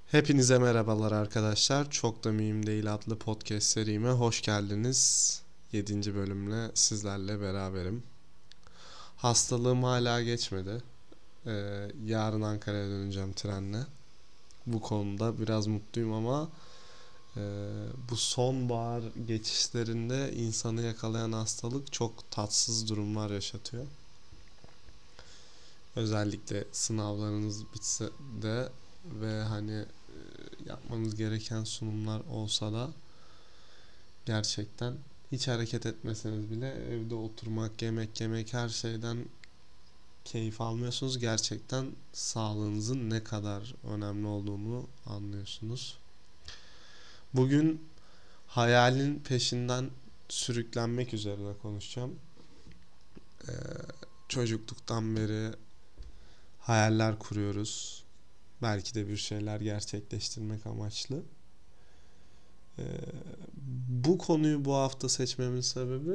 Hepinize merhabalar arkadaşlar. Çok da mühim değil adlı podcast serime hoş geldiniz. 7. bölümle sizlerle beraberim. Hastalığım hala geçmedi. Yarın Ankara'ya döneceğim trenle. Bu konuda biraz mutluyum ama bu sonbahar geçişlerinde insanı yakalayan hastalık çok tatsız durumlar yaşatıyor. Özellikle sınavlarınız bitse de ve yapmanız gereken sunumlar olsa da gerçekten hiç hareket etmeseniz bile evde oturmak, yemek yemek her şeyden keyif almıyorsunuz. Gerçekten sağlığınızın ne kadar önemli olduğunu anlıyorsunuz. Bugün hayalin peşinden sürüklenmek üzerine konuşacağım. Ee, Çocukluktan beri hayaller kuruyoruz. Belki de bir şeyler gerçekleştirmek amaçlı. Ee, Bu konuyu bu hafta seçmemin sebebi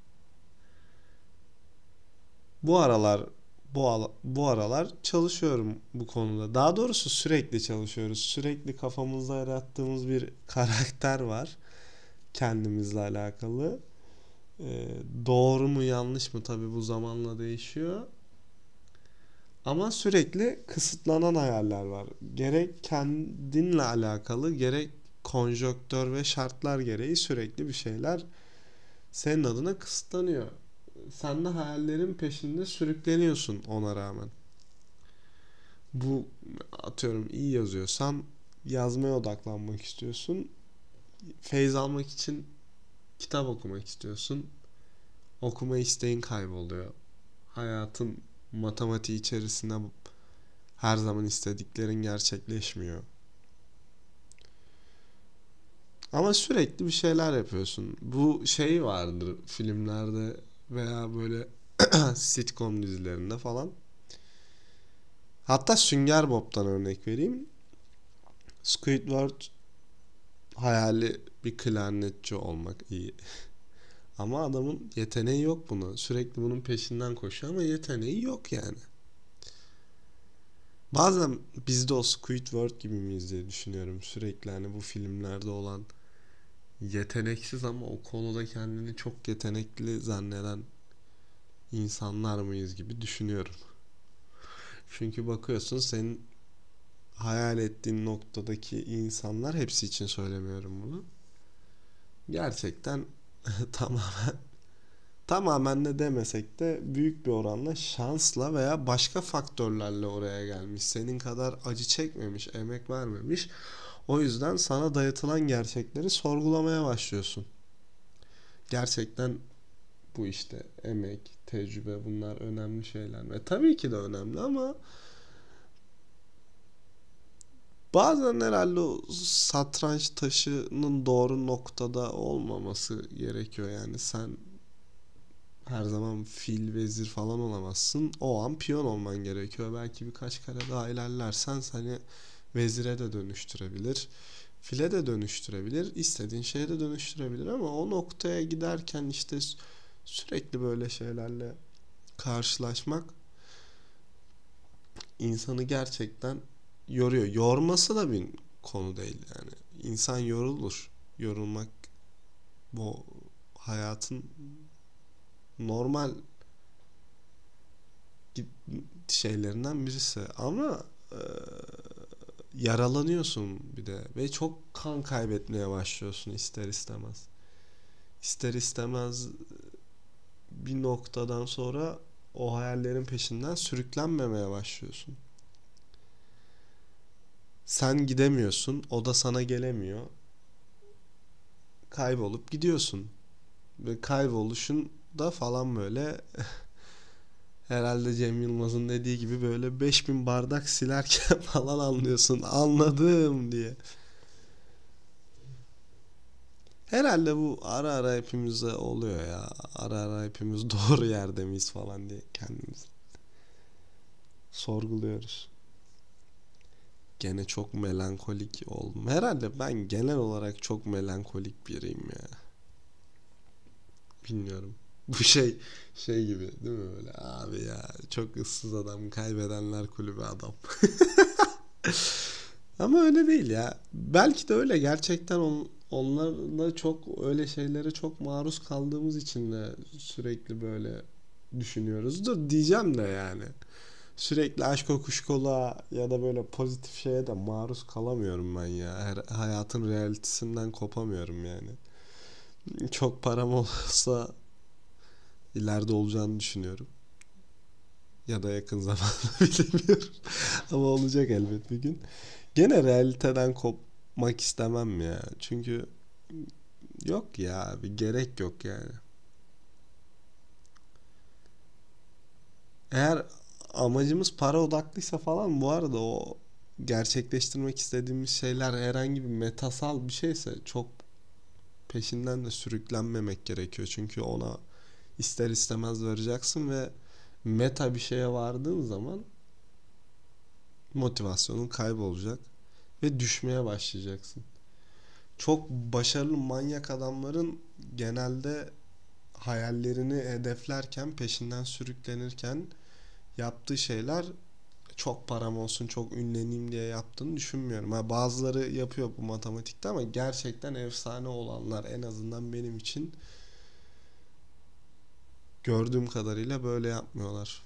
bu aralar bu aralar çalışıyorum bu konuda. Daha doğrusu sürekli çalışıyoruz. Sürekli kafamızda yarattığımız bir karakter var kendimizle alakalı. Doğru mu yanlış mı tabii bu zamanla değişiyor. Ama sürekli kısıtlanan hayaller var. Gerek kendinle alakalı gerek konjonktör ve şartlar gereği sürekli bir şeyler senin adına kısıtlanıyor. Sen de hayallerin peşinde sürükleniyorsun ona rağmen. Bu atıyorum iyi yazıyorsan yazmaya odaklanmak istiyorsun. Feyz almak için kitap okumak istiyorsun. Okuma isteğin kayboluyor. Hayatın matematiği içerisinde her zaman istediklerin gerçekleşmiyor. Ama sürekli bir şeyler yapıyorsun. Bu şey vardır filmlerde veya böyle sitcom dizilerinde falan. Hatta Sünger Bob'tan örnek vereyim. Squidward hayali bir klarnetçi olmak iyi. Ama adamın yeteneği yok buna. Sürekli bunun peşinden koşuyor ama yeteneği yok yani. Bazen biz de o Squidward gibi miyiz diye düşünüyorum. Sürekli hani bu filmlerde olan yeteneksiz ama o konuda kendini çok yetenekli zanneden insanlar mıyız gibi düşünüyorum. Çünkü bakıyorsun senin hayal ettiğin noktadaki insanlar, hepsi için söylemiyorum bunu, gerçekten tamamen tamamen de demesek de büyük bir oranla şansla veya başka faktörlerle oraya gelmiş. Senin kadar acı çekmemiş, emek vermemiş. O yüzden sana dayatılan gerçekleri sorgulamaya başlıyorsun. Gerçekten bu işte emek, tecrübe, bunlar önemli şeyler. Ve tabii ki de önemli ama bazen herhalde o satranç taşının doğru noktada olmaması gerekiyor. Yani sen her zaman fil, vezir falan olamazsın. O an piyon olman gerekiyor. Belki birkaç kare daha ilerlersen seni vezire de dönüştürebilir. File de dönüştürebilir. İstediğin şeye de dönüştürebilir ama o noktaya giderken işte sürekli böyle şeylerle karşılaşmak insanı gerçekten yoruyor. Yorması da bir konu değil yani. İnsan yorulur. Yorulmak bu hayatın normal şeylerinden birisi ama yaralanıyorsun bir de ve çok kan kaybetmeye başlıyorsun ister istemez. İster istemez bir noktadan sonra o hayallerin peşinden sürüklenmemeye başlıyorsun. Sen gidemiyorsun, o da sana gelemiyor. Kaybolup gidiyorsun. Ve kayboluşun da falan böyle herhalde Cem Yılmaz'ın dediği gibi böyle 5000 bardak silerken falan anlıyorsun. Anladım diye. Herhalde bu ara ara hepimizde oluyor ya. Ara ara hepimiz doğru yerde miyiz falan diye kendimizi sorguluyoruz. Gene çok melankolik oldum. Herhalde ben genel olarak çok melankolik biriyim ya. Bilmiyorum. Bu şey gibi değil mi böyle abi ya, çok ıssız adam, kaybedenler kulübü adam. Ama öyle değil ya. Belki de öyle gerçekten onlarla çok öyle şeylere çok maruz kaldığımız için de sürekli böyle düşünüyoruzdur diyeceğim de yani. Sürekli aşk kuşkola ya da böyle pozitif şeye de maruz kalamıyorum ben ya. Hayatın realitesinden kopamıyorum yani. Çok param olsa ileride olacağını düşünüyorum. Ya da yakın zamanda bilemiyorum. Ama olacak elbet bir gün. Gene realiteden kopmak istemem ya. Çünkü yok ya, bir gerek yok yani. Eğer amacımız para odaklıysa falan, bu arada o gerçekleştirmek istediğimiz şeyler herhangi bir metasal bir şeyse çok peşinden de sürüklenmemek gerekiyor. Çünkü ona ister istemez varacaksın ve meta bir şeye vardığın zaman motivasyonun kaybolacak ve düşmeye başlayacaksın. Çok başarılı manyak adamların genelde hayallerini hedeflerken, peşinden sürüklenirken yaptığı şeyler çok param olsun, çok ünleneyim diye yaptığını düşünmüyorum. Ha, bazıları yapıyor bu matematikte ama gerçekten efsane olanlar, en azından benim için gördüğüm kadarıyla böyle yapmıyorlar.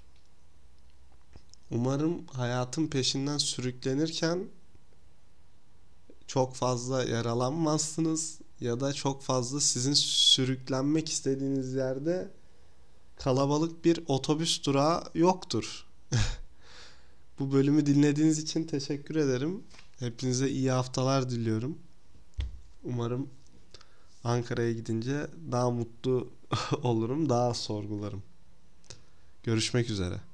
Umarım hayatın peşinden sürüklenirken çok fazla yaralanmazsınız ya da çok fazla sizin sürüklenmek istediğiniz yerde kalabalık bir otobüs durağı yoktur. Bu bölümü dinlediğiniz için teşekkür ederim. Hepinize iyi haftalar diliyorum. Umarım Ankara'ya gidince daha mutlu olurum, daha az sorgularım. Görüşmek üzere.